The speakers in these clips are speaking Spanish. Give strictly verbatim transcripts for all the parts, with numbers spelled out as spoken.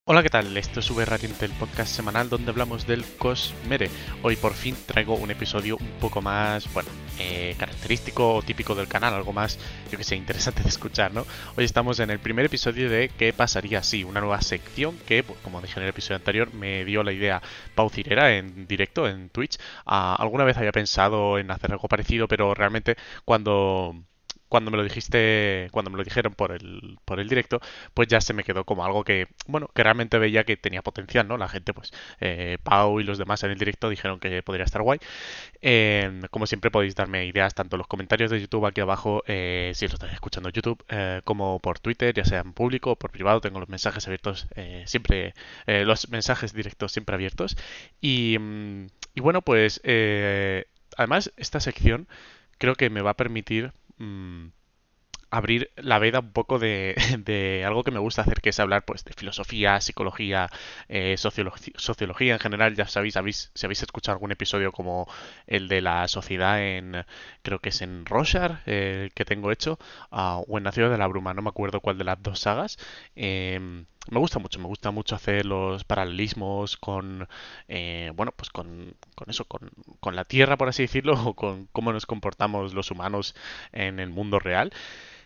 Hola, ¿qué tal? Esto es V Radiante, el podcast semanal donde hablamos del Cosmere. Hoy por fin traigo un episodio un poco más, bueno, eh, característico o típico del canal, algo más, yo que sé, interesante de escuchar, ¿no? Hoy estamos en el primer episodio de ¿Qué pasaría si? Una nueva sección que, pues, como dije en el episodio anterior, me dio la idea Pau Cirera en directo, en Twitch. Ah, alguna vez había pensado en hacer algo parecido, pero realmente cuando... Cuando me lo dijiste, cuando me lo dijeron por el, por el directo, pues ya se me quedó como algo que, bueno, que realmente veía que tenía potencial, ¿no? La gente, pues, eh, Pau y los demás en el directo dijeron que podría estar guay. Eh, como siempre podéis darme ideas tanto en los comentarios de YouTube aquí abajo, eh, si lo estáis escuchando en YouTube, eh, como por Twitter, ya sea en público o por privado, tengo los mensajes abiertos eh, siempre, eh, los mensajes directos siempre abiertos. Y, mm, y bueno, pues, eh, además, esta sección creo que me va a permitir... mm, abrir la veda un poco de, de algo que me gusta hacer, que es hablar pues de filosofía, psicología, eh, sociología, sociología en general. Ya sabéis, habéis, si habéis escuchado algún episodio como el de la sociedad en, creo que es en Rorschach, eh, que tengo hecho, uh, o en Nacido de la Bruma, no me acuerdo cuál de las dos sagas. Eh, me gusta mucho, me gusta mucho hacer los paralelismos con, eh, bueno, pues con, con eso, con, con la Tierra, por así decirlo, o con cómo nos comportamos los humanos en el mundo real.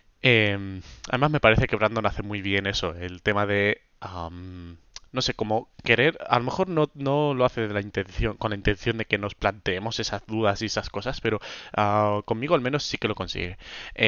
Eh, además me parece que Brandon hace muy bien eso, el tema de, am, no sé, como querer, a lo mejor no, no lo hace de la intención, con la intención de que nos planteemos esas dudas y esas cosas, pero ah, conmigo al menos sí que lo consigue.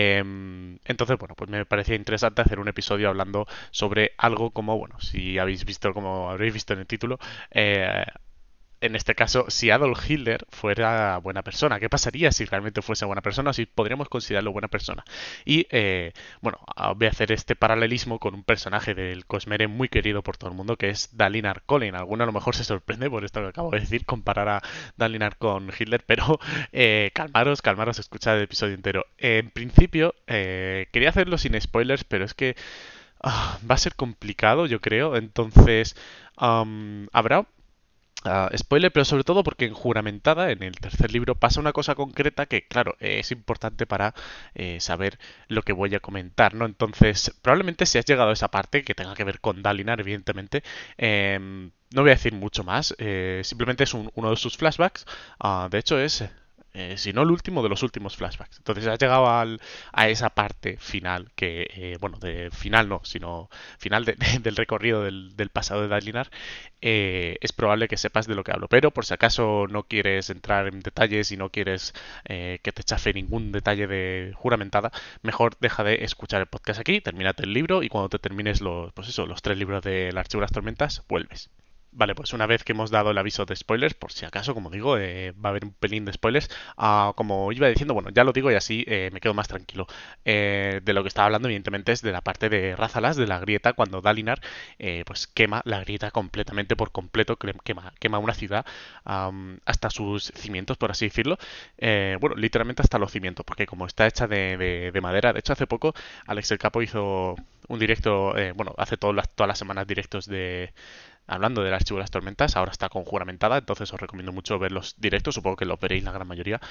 Em, entonces, bueno, pues me parecía interesante hacer un episodio hablando sobre algo como, bueno, si habéis visto, como habréis visto en el título, eh, en este caso, si Adolf Hitler fuera buena persona, ¿qué pasaría si realmente fuese buena persona o si podríamos considerarlo buena persona? Y eh, bueno, voy a hacer este paralelismo con un personaje del Cosmere muy querido por todo el mundo, que es Dalinar Kholin. Alguno a lo mejor se sorprende por esto que acabo de decir, comparar a Dalinar con Hitler, pero eh, calmaros, calmaros, escuchad el episodio entero. En principio, eh, quería hacerlo sin spoilers, pero es que ah, va a ser complicado, yo creo. Entonces, um, habrá Uh, spoiler, pero sobre todo porque en Juramentada, en el tercer libro, pasa una cosa concreta que, claro, eh, es importante para eh, saber lo que voy a comentar, ¿no? Entonces, probablemente si has llegado a esa parte, que tenga que ver con Dalinar, evidentemente, eh, no voy a decir mucho más, eh, simplemente es un- uno de sus flashbacks, uh, de hecho es eh, si no el último de los últimos flashbacks. Entonces has llegado al, a esa parte final, que, eh, bueno, de final no, sino final de- de- del recorrido del, del pasado de Dalinar, eh, es probable que sepas de lo que hablo. Pero por si acaso no quieres entrar en detalles y no quieres eh, que te chafe ningún detalle de juramentada, mejor deja de escuchar el podcast aquí, termínate el libro y cuando te termines los, pues eso, los tres libros del Archivo de las Tormentas, vuelves. Vale, pues una vez que hemos dado el aviso de spoilers, por si acaso, como digo, eh, va a haber un pelín de spoilers. Ah, como iba diciendo, bueno, ya lo digo y así eh, me quedo más tranquilo. Eh, de lo que estaba hablando, evidentemente, es de la parte de Rázalas, de la grieta, cuando Dalinar eh, pues quema la grieta completamente, por completo, quema, quema una ciudad am, hasta sus cimientos, por así decirlo. Eh, bueno, literalmente hasta los cimientos, porque como está hecha de, de- de madera, de hecho hace poco Alex el Capo hizo un directo, eh, bueno, hace todas las, todas las semanas directos de hablando del archivo de las tormentas, ahora está con juramentada, entonces os recomiendo mucho ver los directos, supongo que los veréis la gran mayoría.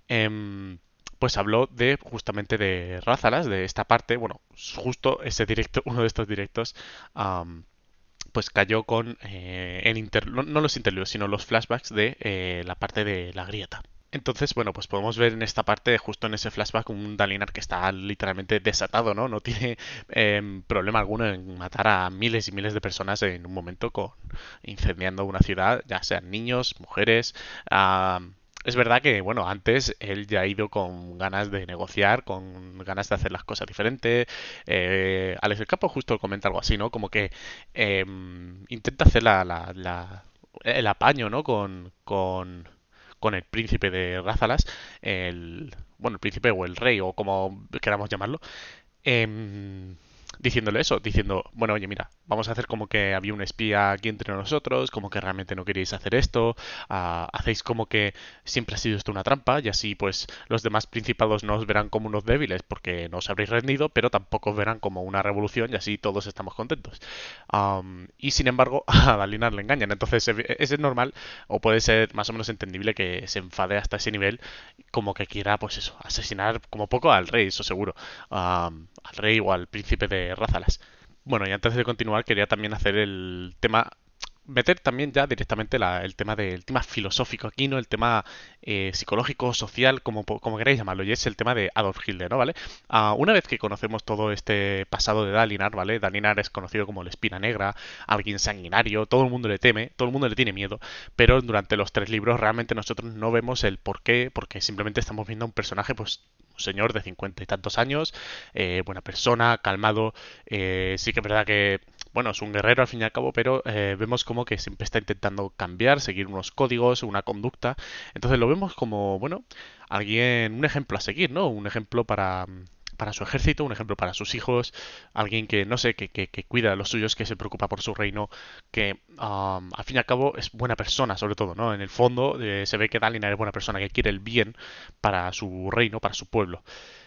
Em, pues habló de justamente de Rázalas, de esta parte, bueno, justo ese directo, uno de estos directos, am, pues cayó con eh, en inter- no, no los interludios, sino los flashbacks de eh, la parte de la grieta. Entonces, bueno, pues podemos ver en esta parte, justo en ese flashback, un Dalinar que está literalmente desatado, ¿no? No tiene eh, problema alguno en matar a miles y miles de personas en un momento con incendiando una ciudad, ya sean niños, mujeres. ah, es verdad que, bueno, antes él ya ha ido con ganas de negociar, con ganas de hacer las cosas diferentes. Eh, Alex el Capo justo comenta algo así, ¿no? Como que eh, intenta hacer la, la- la- el apaño, ¿no? Con, con, con el príncipe de Rázalas, el, bueno, el príncipe o el rey, o como queramos llamarlo, em, diciéndole eso, diciendo, bueno, oye, mira, vamos a hacer como que había un espía aquí entre nosotros, como que realmente no queríais hacer esto, ah, hacéis como que siempre ha sido esto una trampa y así pues los demás principados no os verán como unos débiles porque no os habréis rendido, pero tampoco os verán como una revolución y así todos estamos contentos. Am, y sin embargo, a Dalinar le engañan, entonces es es normal o puede ser más o menos entendible que se enfade hasta ese nivel, como que quiera, pues eso, asesinar como poco al rey, eso seguro, um, al rey o al príncipe de Rázalas. Bueno, y antes de continuar, quería también hacer el tema, meter también ya directamente la- el tema del tema filosófico aquí, ¿no? El tema eh, psicológico, social, como, po- como queráis llamarlo, y es el tema de Adolf Hitler, ¿no? ¿Vale? Ah, una vez que conocemos todo este pasado de Dalinar, ¿vale? Dalinar es conocido como el Espina Negra, alguien sanguinario, todo el mundo le teme, todo el mundo le tiene miedo, pero durante los tres libros realmente nosotros no vemos el por qué, porque simplemente estamos viendo a un personaje, pues, un señor de cincuenta y tantos años, eh, buena persona, calmado, eh, sí que es verdad que bueno, es un guerrero al fin y al cabo, pero eh, vemos como que siempre está intentando cambiar, seguir unos códigos, una conducta. Entonces lo vemos como, bueno, alguien, un ejemplo a seguir, ¿no? Un ejemplo para, para su ejército, un ejemplo para sus hijos, alguien que, no sé, que, que, que cuida a los suyos, que se preocupa por su reino, que um, al fin y al cabo es buena persona, sobre todo, ¿no? En el fondo eh, se ve que Dalinar es buena persona, que quiere el bien para su reino, para su pueblo.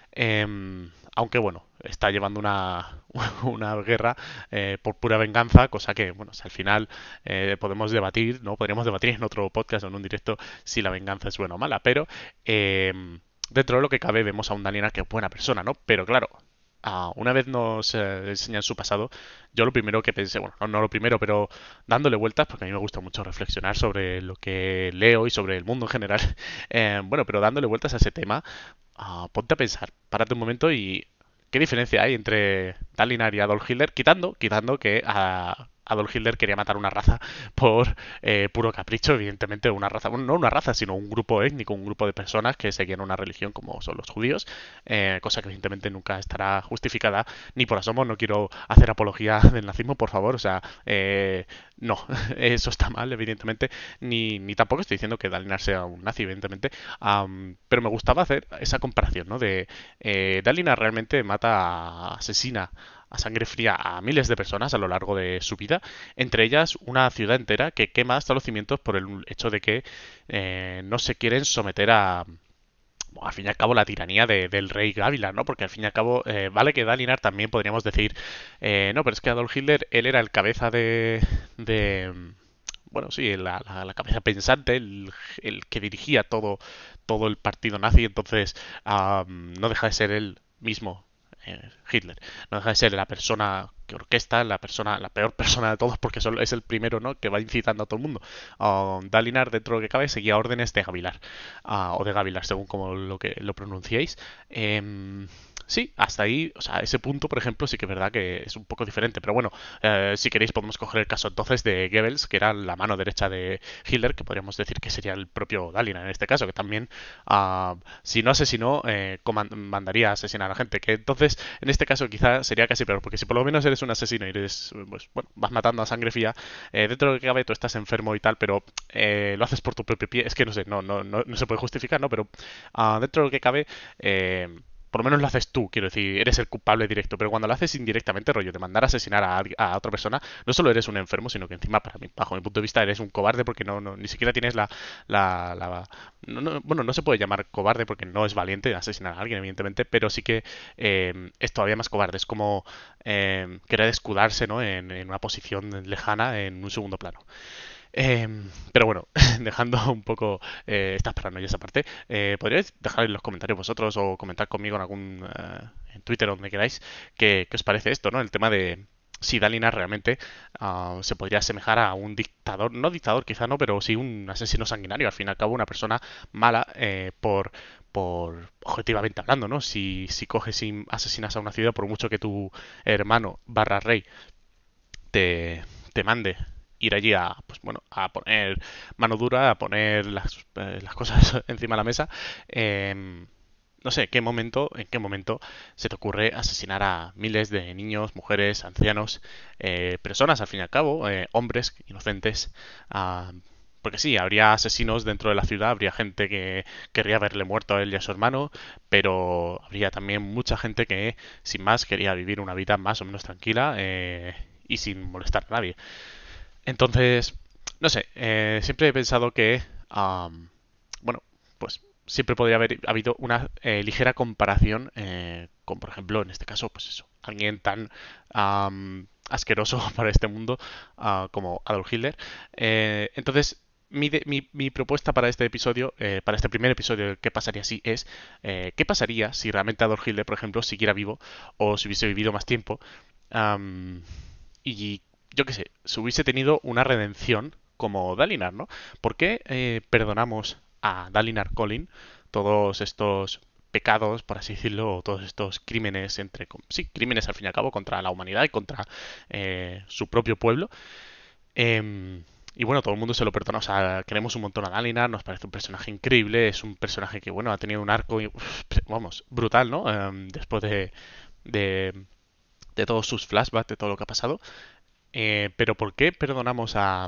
Eh, aunque bueno, está llevando una, una guerra eh, por pura venganza, cosa que, bueno, si al final eh, podemos debatir, ¿no? Podríamos debatir en otro podcast o en un directo si la venganza es buena o mala, pero eh, dentro de lo que cabe vemos a un Dalinar que es buena persona, ¿no? Pero claro, ah, una vez nos eh, enseñan su pasado, yo lo primero que pensé, bueno, no, no lo primero, pero dándole vueltas, porque a mí me gusta mucho reflexionar sobre lo que leo y sobre el mundo en general, eh, bueno, pero dándole vueltas a ese tema, ah, ponte a pensar, párate un momento y ¿qué diferencia hay entre Dalinar y Adolf Hitler? Quitando, quitando que ah, Adolf Hitler quería matar una raza por eh, puro capricho, evidentemente una raza, bueno, no una raza, sino un grupo étnico, un grupo de personas que seguían una religión como son los judíos, eh, cosa que evidentemente nunca estará justificada ni por asomo. No quiero hacer apología del nazismo, por favor, o sea, eh, no, eso está mal, evidentemente, ni, ni tampoco estoy diciendo que Dalinar sea un nazi, evidentemente, um, pero me gustaba hacer esa comparación, ¿no? De eh, Dalinar realmente mata, asesina a sangre fría a miles de personas a lo largo de su vida, entre ellas una ciudad entera que quema hasta los cimientos por el hecho de que eh, no se quieren someter a, bueno, al fin y al cabo la tiranía de, del rey Gavilar, ¿no? Porque al fin y al cabo, eh, vale que Dalinar también podríamos decir, eh, no, pero es que Adolf Hitler, él era el cabeza de, de bueno, sí, la, la, la cabeza pensante, el, el, que dirigía todo, todo el partido nazi, entonces um, no deja de ser él mismo, eh, Hitler, no deja de ser la persona que orquesta, la persona, la peor persona de todos, porque solo es el primero, ¿no? Que va incitando a todo el mundo. Uh, Dalinar, dentro de lo que cabe, seguía órdenes de Gavilar, uh, o de Gavilar, según como lo que lo pronunciéis. Eh, Sí, hasta ahí, o sea, ese punto, por ejemplo, sí que es verdad que es un poco diferente. Pero bueno, eh, si queréis podemos coger el caso entonces de Goebbels, que era la mano derecha de Hitler, que podríamos decir que sería el propio Dalinar en este caso, que también, uh, si no asesinó, eh, mandaría a asesinar a la gente. Que entonces, en este caso quizá sería casi peor, porque si por lo menos eres un asesino y eres, pues, bueno, vas matando a sangre fría, eh, dentro de lo que cabe tú estás enfermo y tal, pero eh, lo haces por tu propio pie. Es que no sé, no, no, no, no se puede justificar, ¿no? Pero uh, dentro de lo que cabe... Eh, por lo menos lo haces tú, quiero decir, eres el culpable directo, pero cuando lo haces indirectamente, rollo, de mandar a asesinar a, a otra persona, no solo eres un enfermo, sino que encima, para mí, bajo mi punto de vista, eres un cobarde porque no, no ni siquiera tienes la... la, la no, no, bueno, no se puede llamar cobarde porque no es valiente asesinar a alguien, evidentemente, pero sí que eh, es todavía más cobarde, es como eh, querer escudarse, ¿no? En, en una posición lejana, en un segundo plano. Eh, pero bueno, dejando un poco eh, estas paranoias aparte, eh, podríais dejar en los comentarios vosotros o comentar conmigo en algún eh, en Twitter o donde queráis qué, qué os parece esto, ¿no? El tema de si Dalinar realmente uh, se podría asemejar a un dictador, no dictador quizá no, pero sí un asesino sanguinario, al fin y al cabo una persona mala eh, por por objetivamente hablando, ¿no? Si, si coges y asesinas a una ciudad, por mucho que tu hermano barra rey te, te mande ir allí a, pues bueno, a poner mano dura, a poner las, eh, las cosas encima de la mesa, eh, no sé, ¿qué momento, en qué momento se te ocurre asesinar a miles de niños, mujeres, ancianos, eh, personas al fin y al cabo, eh, hombres inocentes? Uh, porque sí, habría asesinos dentro de la ciudad, habría gente que querría verle muerto a él y a su hermano, pero habría también mucha gente que, sin más, quería vivir una vida más o menos tranquila eh, y sin molestar a nadie. Entonces, no sé, eh, siempre he pensado que, um, bueno, pues siempre podría haber habido una eh, ligera comparación eh, con, por ejemplo, en este caso, pues eso, alguien tan um, asqueroso para este mundo uh, como Adolf Hitler. Eh, entonces, mi, de, mi, mi, propuesta para este episodio, eh, para este primer episodio de ¿Qué pasaría si? Es eh, ¿qué pasaría si realmente Adolf Hitler, por ejemplo, siguiera vivo o si hubiese vivido más tiempo? am, y yo qué sé, si hubiese tenido una redención como Dalinar, ¿no? ¿Por qué eh, perdonamos a Dalinar Colin todos estos pecados, por así decirlo, o todos estos crímenes entre... Sí, crímenes al fin y al cabo contra la humanidad y contra eh, su propio pueblo? Em, y bueno, todo el mundo se lo perdona. O sea, queremos un montón a Dalinar, nos parece un personaje increíble, es un personaje que, bueno, ha tenido un arco, uf, vamos, brutal, ¿no? Em, después de, de, de todos sus flashbacks, de todo lo que ha pasado. Eh, pero ¿por qué perdonamos a,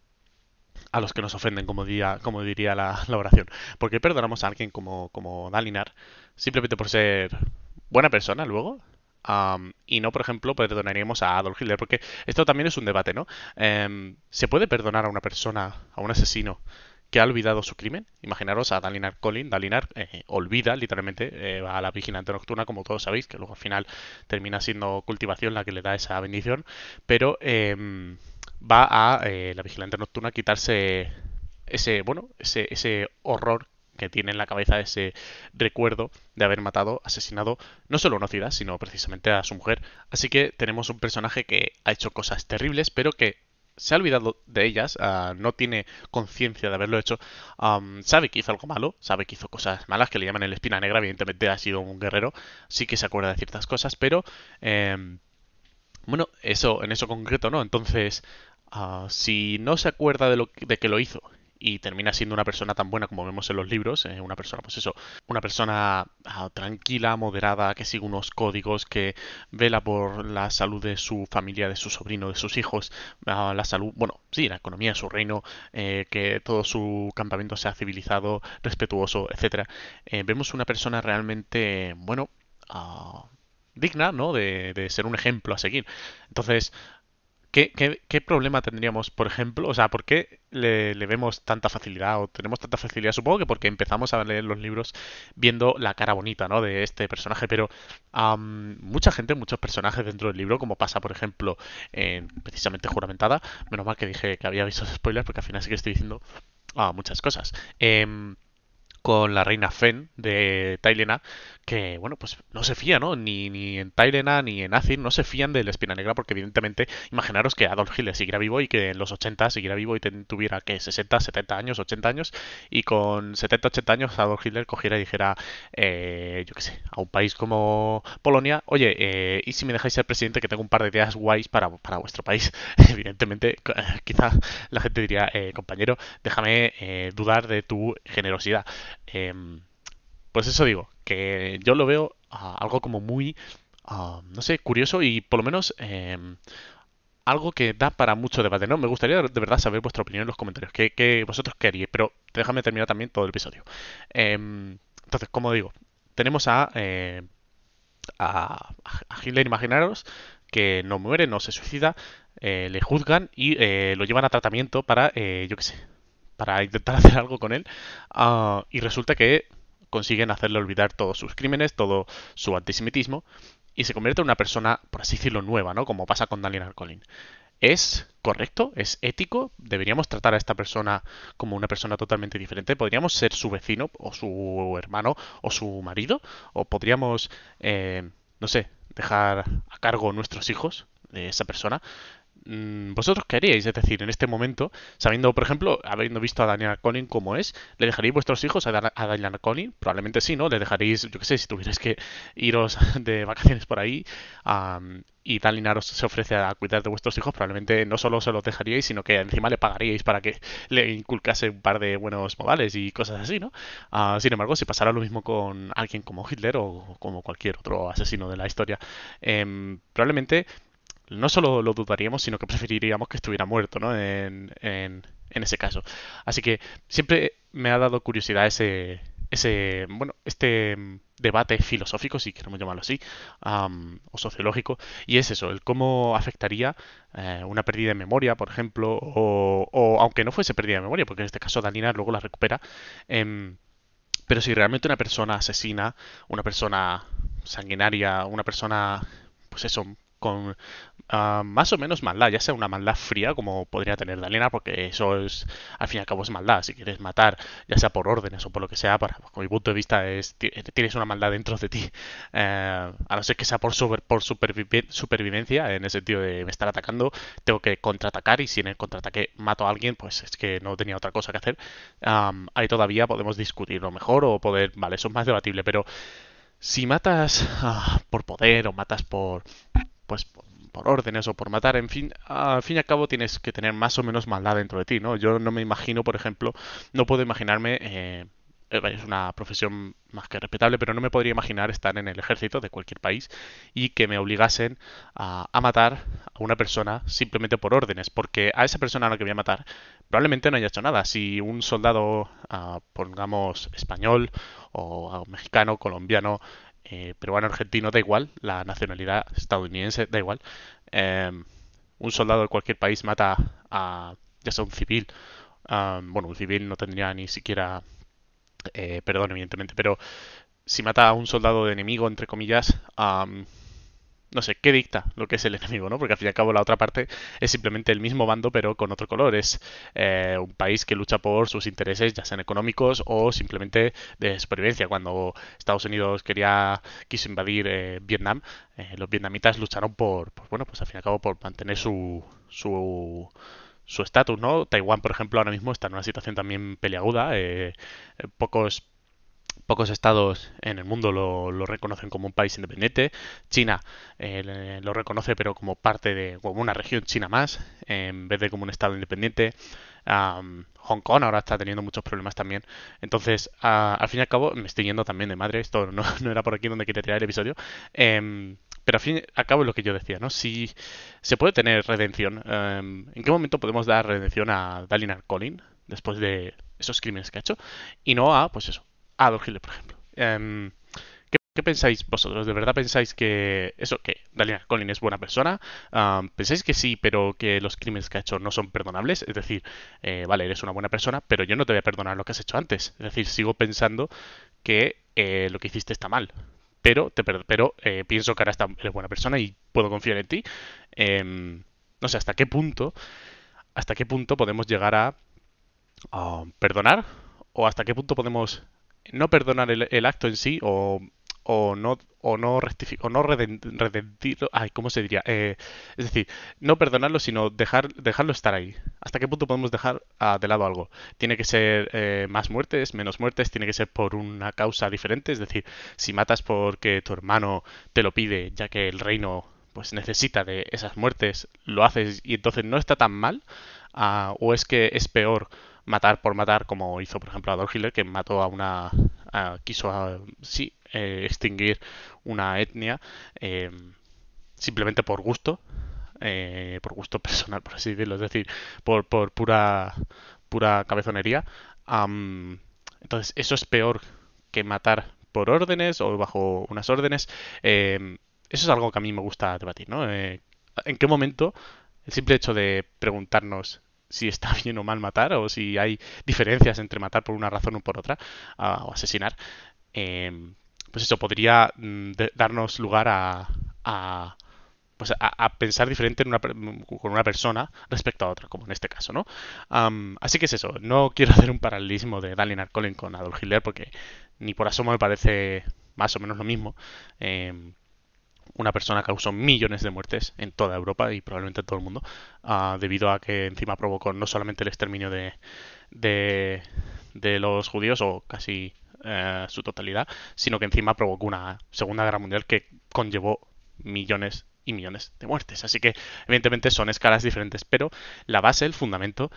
a los que nos ofenden, como diría, como diría la, la oración? ¿Por qué perdonamos a alguien como, como Dalinar simplemente por ser buena persona luego? Am, y no, por ejemplo, perdonaríamos a Adolf Hitler, porque esto también es un debate, ¿no? Em, ¿se puede perdonar a una persona, a un asesino, que ha olvidado su crimen? Imaginaros a Dalinar Colin. Dalinar eh, olvida, literalmente, eh, va a la vigilante nocturna, como todos sabéis, que luego al final termina siendo cultivación la que le da esa bendición, pero em, va a eh, la vigilante nocturna a quitarse ese, bueno, ese, ese horror que tiene en la cabeza, ese recuerdo de haber matado, asesinado no solo a una ciudad, sino precisamente a su mujer. Así que tenemos un personaje que ha hecho cosas terribles, pero que se ha olvidado de ellas, uh, no tiene conciencia de haberlo hecho, um, sabe que hizo algo malo, sabe que hizo cosas malas, que le llaman el espina negra, evidentemente ha sido un guerrero, sí que se acuerda de ciertas cosas, pero eh, bueno, eso, en eso concreto no. Entonces, uh, si no se acuerda de, lo, de que lo hizo y termina siendo una persona tan buena como vemos en los libros, eh, una persona, pues eso, una persona uh, tranquila, moderada, que sigue unos códigos, que vela por la salud de su familia, de su sobrino, de sus hijos, uh, la salud, bueno, sí, la economía de su reino, eh, que todo su campamento sea civilizado, respetuoso, etcétera. Eh, vemos una persona realmente, bueno, uh, digna, ¿no? De, de ser un ejemplo a seguir. Entonces, ¿qué, qué, qué problema tendríamos, por ejemplo? O sea, ¿por qué le, le vemos tanta facilidad o tenemos tanta facilidad? Supongo que porque empezamos a leer los libros viendo la cara bonita, ¿no? De este personaje, pero am, mucha gente, muchos personajes dentro del libro, como pasa, por ejemplo, en precisamente Juramentada, menos mal que dije que había visto spoilers porque al final sí que estoy diciendo ah, muchas cosas. Em, con la reina Fen de Tailena, que, bueno, pues no se fía, ¿no? Ni, ni en Tailena ni en Azir no se fían de la Espina Negra porque evidentemente, imaginaros que Adolf Hitler siguiera vivo y que en los ochenta siguiera vivo y tuviera, que sesenta, setenta años, ochenta años, y con setenta, ochenta años Adolf Hitler cogiera y dijera, eh, yo qué sé, a un país como Polonia, oye, eh, ¿y si me dejáis ser presidente que tengo un par de ideas guays para, para vuestro país? Evidentemente, quizá la gente diría, eh, compañero, déjame eh, dudar de tu generosidad. Eh, pues eso digo, que yo lo veo uh, algo como muy, uh, no sé, curioso y por lo menos eh, algo que da para mucho debate, ¿no? Me gustaría de verdad saber vuestra opinión en los comentarios, qué, qué vosotros queríais, pero déjame terminar también todo el episodio. Eh, entonces, como digo, tenemos a, eh, a, a Hitler, imaginaros, que no muere, no se suicida, eh, le juzgan y eh, lo llevan a tratamiento para, eh, yo qué sé, para intentar hacer algo con él. Uh, y resulta que consiguen hacerle olvidar todos sus crímenes, todo su antisemitismo, y se convierte en una persona, por así decirlo, nueva, ¿no? Como pasa con Daniel Arcolin. ¿Es correcto? ¿Es ético? ¿Deberíamos tratar a esta persona como una persona totalmente diferente? ¿Podríamos ser su vecino o su hermano o su marido? ¿O podríamos, eh, no sé, dejar a cargo nuestros hijos de esa persona? ¿Vosotros qué haríais? Es decir, en este momento, sabiendo, por ejemplo, habiendo visto a Daniel Collin como es, ¿le dejaríais vuestros hijos a, Dan a Daniel Collin? Probablemente sí, ¿no? Le dejaréis, yo qué sé, si tuvierais que iros de vacaciones por ahí um, y Dalinar os se ofrece a cuidar de vuestros hijos, probablemente no solo se los dejaríais, sino que encima le pagaríais para que le inculcase un par de buenos modales y cosas así, ¿no? Uh, sin embargo, si pasara lo mismo con alguien como Hitler o como cualquier otro asesino de la historia, eh, probablemente no solo lo dudaríamos, sino que preferiríamos que estuviera muerto, ¿no? En, en, en ese caso. Así que siempre me ha dado curiosidad ese, ese bueno, este debate filosófico, si queremos llamarlo así, um, o sociológico, y es eso, el cómo afectaría eh, una pérdida de memoria, por ejemplo, o, o aunque no fuese pérdida de memoria, porque en este caso Dalina luego la recupera, eh, pero si realmente una persona asesina, una persona sanguinaria, una persona, pues eso, con ah, más o menos maldad, ya sea una maldad fría como podría tener Dalina, porque eso es, al fin y al cabo es maldad. Si quieres matar, ya sea por órdenes o por lo que sea, para, bajo mi punto de vista, es, ti- tienes una maldad dentro de ti. Eh, a no ser que sea por, super- por supervivi- supervivencia, en el sentido de me estar atacando, tengo que contraatacar y si en el contraataque mato a alguien, pues es que no tenía otra cosa que hacer. Am, ahí todavía podemos discutirlo mejor o poder, vale, eso es más debatible, pero si matas ah, por poder o matas por pues por, por órdenes o por matar, en fin, al fin y al cabo tienes que tener más o menos maldad dentro de ti, ¿no? Yo no me imagino, por ejemplo, no puedo imaginarme, eh, eh, es una profesión más que respetable, pero no me podría imaginar estar en el ejército de cualquier país y que me obligasen a, a matar a una persona simplemente por órdenes, porque a esa persona a la que voy a matar probablemente no haya hecho nada. Si un soldado, ah, pongamos español o ah, mexicano, colombiano, eh, peruano, argentino, da igual, la nacionalidad estadounidense, da igual. Eh, un soldado de cualquier país mata a, ya sea un civil, ah, bueno, un civil no tendría ni siquiera eh, perdón, evidentemente, pero si mata a un soldado de enemigo, entre comillas, am, no sé, ¿qué dicta lo que es el enemigo, no? Porque al fin y al cabo la otra parte es simplemente el mismo bando, pero con otro color. Es eh, un país que lucha por sus intereses, ya sean económicos o simplemente de supervivencia. Cuando Estados Unidos quería, quiso invadir eh, Vietnam, eh, los vietnamitas lucharon por, por, bueno, pues al fin y al cabo por mantener su, su, su estatus, ¿no? Taiwán, por ejemplo, ahora mismo está en una situación también peliaguda. Eh, eh, pocos Pocos estados en el mundo lo, lo reconocen como un país independiente. China eh, lo reconoce, pero como parte de, como una región china más, en vez de como un estado independiente. Um, Hong Kong ahora está teniendo muchos problemas también. Entonces, uh, al fin y al cabo, me estoy yendo también de madre. Esto no, no era por aquí donde quería tirar el episodio. Um, pero al fin y al cabo es lo que yo decía, ¿no? Si se puede tener redención, um, ¿en qué momento podemos dar redención a Dalinar Colin después de esos crímenes que ha hecho? Y no a, pues eso, a Adolf Hitler, por ejemplo. Em, ¿qué, qué pensáis vosotros? ¿De verdad pensáis que eso, que Dalian Colin es buena persona? Am, ¿pensáis que sí, pero que los crímenes que ha hecho no son perdonables? Es decir, eh, vale, eres una buena persona, pero yo no te voy a perdonar lo que has hecho antes. Es decir, sigo pensando que eh, lo que hiciste está mal. Pero, te per- pero eh, pienso que ahora está- eres buena persona y puedo confiar en ti. Em, no sé hasta qué punto, hasta qué punto podemos llegar a a perdonar o hasta qué punto podemos no perdonar el, el acto en sí o, o no o no rectificar o no reden- redentirlo, ay, ¿cómo se diría? Eh, es decir, no perdonarlo, sino dejar dejarlo estar ahí. ¿Hasta qué punto podemos dejar ah, de lado algo? Tiene que ser eh, más muertes, menos muertes, tiene que ser por una causa diferente, es decir, si matas porque tu hermano te lo pide, ya que el reino pues necesita de esas muertes, lo haces y entonces no está tan mal, ah, o es que es peor matar por matar, como hizo por ejemplo Adolf Hitler, que mató a una, a- quiso a- sí, eh, extinguir una etnia eh, simplemente por gusto, eh, por gusto personal, por así decirlo, es decir, por, por pura, pura cabezonería. Am, entonces, eso es peor que matar por órdenes o bajo unas órdenes. Eh, eso es algo que a mí me gusta debatir, ¿no? Eh, ¿en qué momento el simple hecho de preguntarnos si está bien o mal matar o si hay diferencias entre matar por una razón o por otra ah, o asesinar, eh, pues eso podría mm, de- darnos lugar a, a, pues a, a pensar diferente en una, per- con una persona respecto a otra, como en este caso, ¿no? Am, así que es eso, no quiero hacer un paralelismo de Dalinar Colin con Adolf Hitler porque ni por asomo me parece más o menos lo mismo. Em, una persona causó millones de muertes en toda Europa y probablemente en todo el mundo, ah, debido a que encima provocó no solamente el exterminio de, de, de los judíos, o casi eh, su totalidad, sino que encima provocó una Segunda Guerra Mundial que conllevó millones y millones de muertes. Así que, evidentemente, son escalas diferentes, pero la base, el fundamento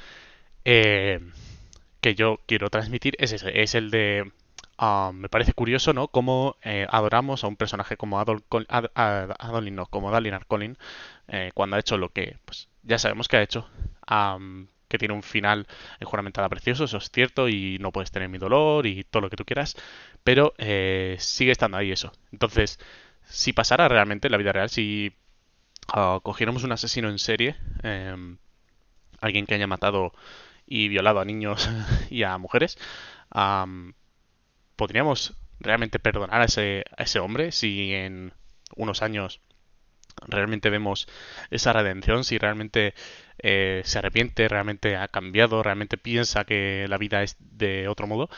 eh, que yo quiero transmitir es ese, es el de ah, me parece curioso, ¿no? Cómo eh, adoramos a un personaje como Adol, Col- Ad- Ad- Adolin, no, como Dalinar Colin, eh, cuando ha hecho lo que, pues, ya sabemos que ha hecho, am, que tiene un final enjuramentada precioso, eso es cierto, y no puedes tener mi dolor y todo lo que tú quieras, pero eh, sigue estando ahí eso. Entonces, si pasara realmente en la vida real, si ah, cogiéramos un asesino en serie, em, alguien que haya matado y violado a niños y a mujeres, am, ¿podríamos realmente perdonar a ese, a ese hombre si en unos años realmente vemos esa redención, si realmente eh, se arrepiente, realmente ha cambiado, realmente piensa que la vida es de otro modo,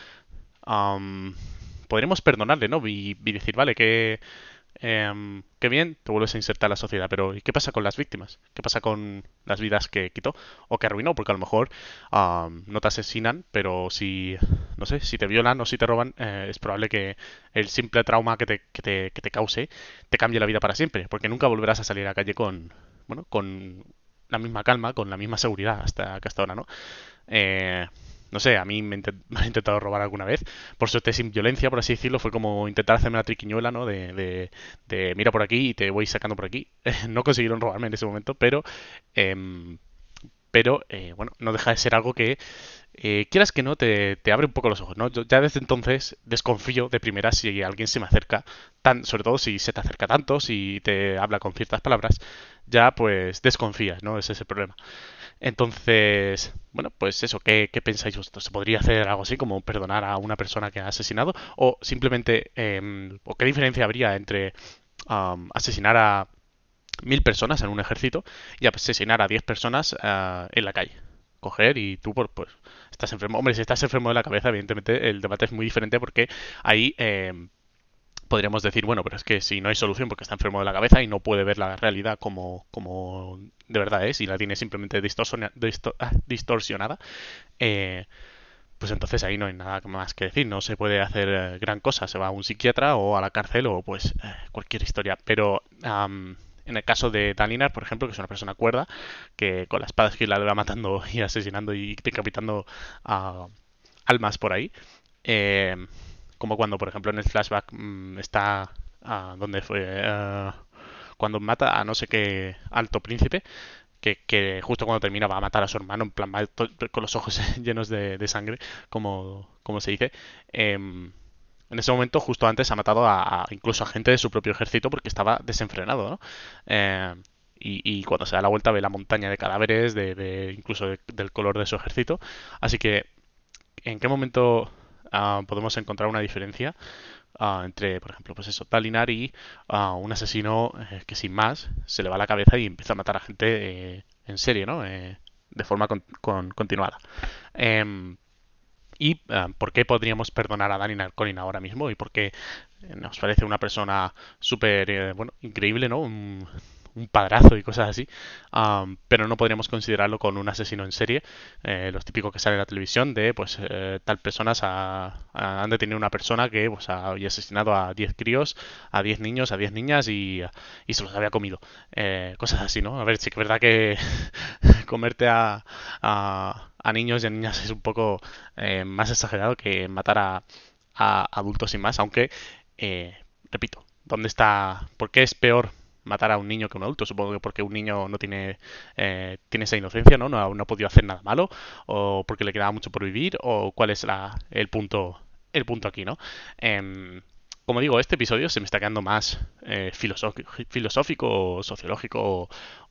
am, podremos perdonarle, ¿no? Y, y decir, vale, que Em, qué bien, te vuelves a insertar a la sociedad, pero ¿y qué pasa con las víctimas? ¿Qué pasa con las vidas que quitó o que arruinó? Porque a lo mejor am, no te asesinan, pero si, no sé, si te violan o si te roban, eh, es probable que el simple trauma que te, que te, que te cause te cambie la vida para siempre, porque nunca volverás a salir a la calle con, bueno, con la misma calma, con la misma seguridad hasta que hasta ahora, ¿no? Eh, no sé, a mí me, intent- me han intentado robar alguna vez. Por suerte sin violencia, por así decirlo. Fue como intentar hacerme una triquiñuela, ¿no? De, de, de mira por aquí y te voy sacando por aquí. No consiguieron robarme en ese momento, pero... em, pero, eh, bueno, no deja de ser algo que, eh, quieras que no, te, te abre un poco los ojos, ¿no? Yo ya desde entonces desconfío de primera si alguien se me acerca, tan, sobre todo si se te acerca tanto, si te habla con ciertas palabras, ya pues desconfías, ¿no? Ese es el problema. Entonces, bueno, pues eso, ¿qué, qué pensáis vosotros? ¿Se podría hacer algo así como perdonar a una persona que ha asesinado? ¿O simplemente, eh, o qué diferencia habría entre um, asesinar a mil personas en un ejército y asesinar a diez personas uh, en la calle? Coger y tú, por, pues, estás enfermo. Hombre, si estás enfermo de la cabeza, evidentemente el debate es muy diferente porque ahí eh, podríamos decir, bueno, pero es que si no hay solución porque está enfermo de la cabeza y no puede ver la realidad como, como de verdad es y la tiene simplemente distorsiona- distor- ah, distorsionada, eh, pues entonces ahí no hay nada más que decir. No se puede hacer eh, gran cosa. Se va a un psiquiatra o a la cárcel o pues eh, cualquier historia. Pero am, en el caso de Dalinar, por ejemplo, que es una persona cuerda, que con la espada que la va matando y asesinando y decapitando a almas por ahí, eh, como cuando, por ejemplo, en el flashback mmm, está... ah, ¿dónde fue? Eh, cuando mata a no sé qué alto príncipe, que, que justo cuando termina va a matar a su hermano, en plan, va to- con los ojos llenos de, de sangre, como, como se dice. Em, en ese momento, justo antes, ha matado a, a incluso a gente de su propio ejército porque estaba desenfrenado, ¿no? Eh, y, y cuando se da la vuelta ve la montaña de cadáveres, de, de- incluso de- del color de su ejército. Así que, ¿en qué momento ah, podemos encontrar una diferencia ah, entre, por ejemplo, pues eso, Dalinar y ah, un asesino eh, que sin más se le va la cabeza y empieza a matar a gente eh, en serie, ¿no? Eh, de forma con- con- continuada. Em, ¿Y ah, por qué podríamos perdonar a Dalinar Colin ahora mismo? ¿Y por qué eh, nos parece una persona súper, eh, bueno, increíble, ¿no? Un, un padrazo y cosas así, am, pero no podríamos considerarlo con un asesino en serie, eh, los típicos que sale en la televisión de, pues, eh, tal personas ha- ha- han detenido una persona que, pues, había asesinado a diez críos, a diez niños, a diez niñas y, y se los había comido. Eh, cosas así, ¿no? A ver, sí que es verdad que comerte a, a, a niños y a niñas es un poco eh, más exagerado que matar a, a adultos sin más, aunque, eh, repito, ¿dónde está? ¿Por qué es peor matar a un niño que a un adulto? Supongo que porque un niño no tiene, eh, tiene esa inocencia, ¿no? ¿no? No ha podido hacer nada malo, o porque le quedaba mucho por vivir, o cuál es la, el punto, el punto aquí, ¿no? Em, como digo, este episodio se me está quedando más eh, filosófico, filosófico o sociológico o,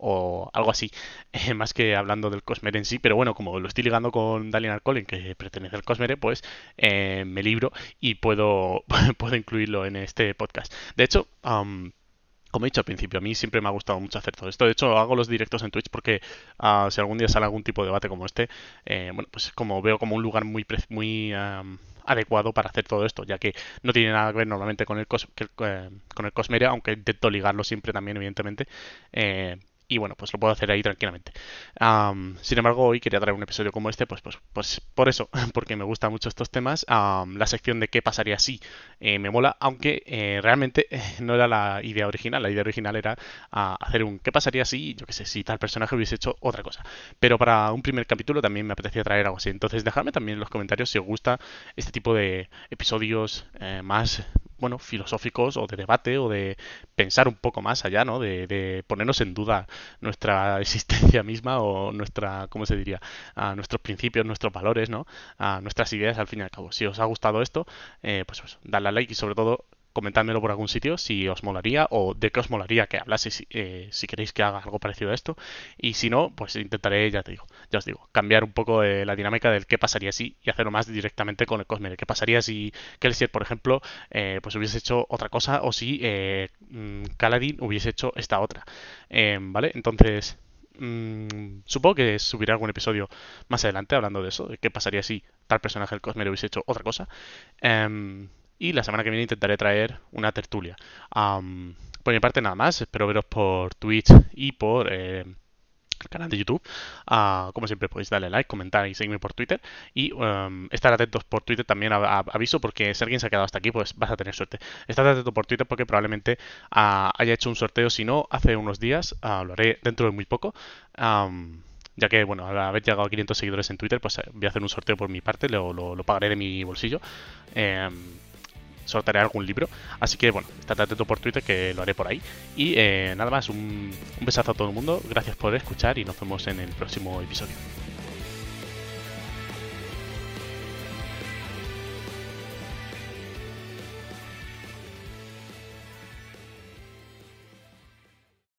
o algo así, eh, más que hablando del Cosmere en sí, pero bueno, como lo estoy ligando con Dalian Colin, que pertenece al Cosmere, pues eh, me libro y puedo, puedo incluirlo en este podcast. De hecho, um, como he dicho al principio, a mí siempre me ha gustado mucho hacer todo esto. De hecho, hago los directos en Twitch porque uh, si algún día sale algún tipo de debate como este, eh, bueno, pues como veo como un lugar muy, muy um, adecuado para hacer todo esto, ya que no tiene nada que ver normalmente con el, cos que el, eh, con el Cosmere, aunque intento ligarlo siempre también, evidentemente. Eh, y bueno, pues lo puedo hacer ahí tranquilamente. Um, sin embargo, hoy quería traer un episodio como este, pues, pues, pues por eso, porque me gustan mucho estos temas. Um, la sección de qué pasaría si eh, me mola, aunque eh, realmente eh, no era la idea original. La idea original era uh, hacer un qué pasaría si, yo qué sé, si tal personaje hubiese hecho otra cosa. Pero para un primer capítulo también me apetecía traer algo así. Entonces, dejadme también en los comentarios si os gusta este tipo de episodios eh, más, bueno, filosóficos o de debate o de pensar un poco más allá, ¿no? De, de ponernos en duda nuestra existencia misma o nuestra, ¿cómo se diría? A nuestros principios, nuestros valores, ¿no? A nuestras ideas al fin y al cabo. Si os ha gustado esto, eh, pues, pues dadle a like y sobre todo comentádmelo por algún sitio si os molaría o de qué os molaría que hablase si, eh, si queréis que haga algo parecido a esto. Y si no, pues intentaré, ya te digo, ya os digo, cambiar un poco eh, la dinámica del qué pasaría si y hacerlo más directamente con el Cosmere. ¿Qué pasaría si Kelsier, por ejemplo, eh, pues hubiese hecho otra cosa o si eh, Kaladin hubiese hecho esta otra? Eh, ¿Vale? Entonces... Mm, supongo que subiré algún episodio más adelante hablando de eso, de qué pasaría si tal personaje del Cosmere hubiese hecho otra cosa. Um, y la semana que viene intentaré traer una tertulia. Um, por mi parte nada más, espero veros por Twitch y por eh, el canal de YouTube. Uh, como siempre podéis darle like, comentar y seguirme por Twitter. Y um, estar atentos por Twitter también, a, a, aviso, porque si alguien se ha quedado hasta aquí, pues vas a tener suerte. Estad atento por Twitter porque probablemente uh, haya hecho un sorteo, si no, hace unos días. Uh, lo haré dentro de muy poco. Um, ya que, bueno, al haber llegado a quinientos seguidores en Twitter, pues voy a hacer un sorteo por mi parte, lo, lo, lo pagaré de mi bolsillo. Eh, sortearé algún libro. Así que, bueno, estad atento por Twitter que lo haré por ahí. Y eh, nada más, un, un besazo a todo el mundo. Gracias por escuchar y nos vemos en el próximo episodio.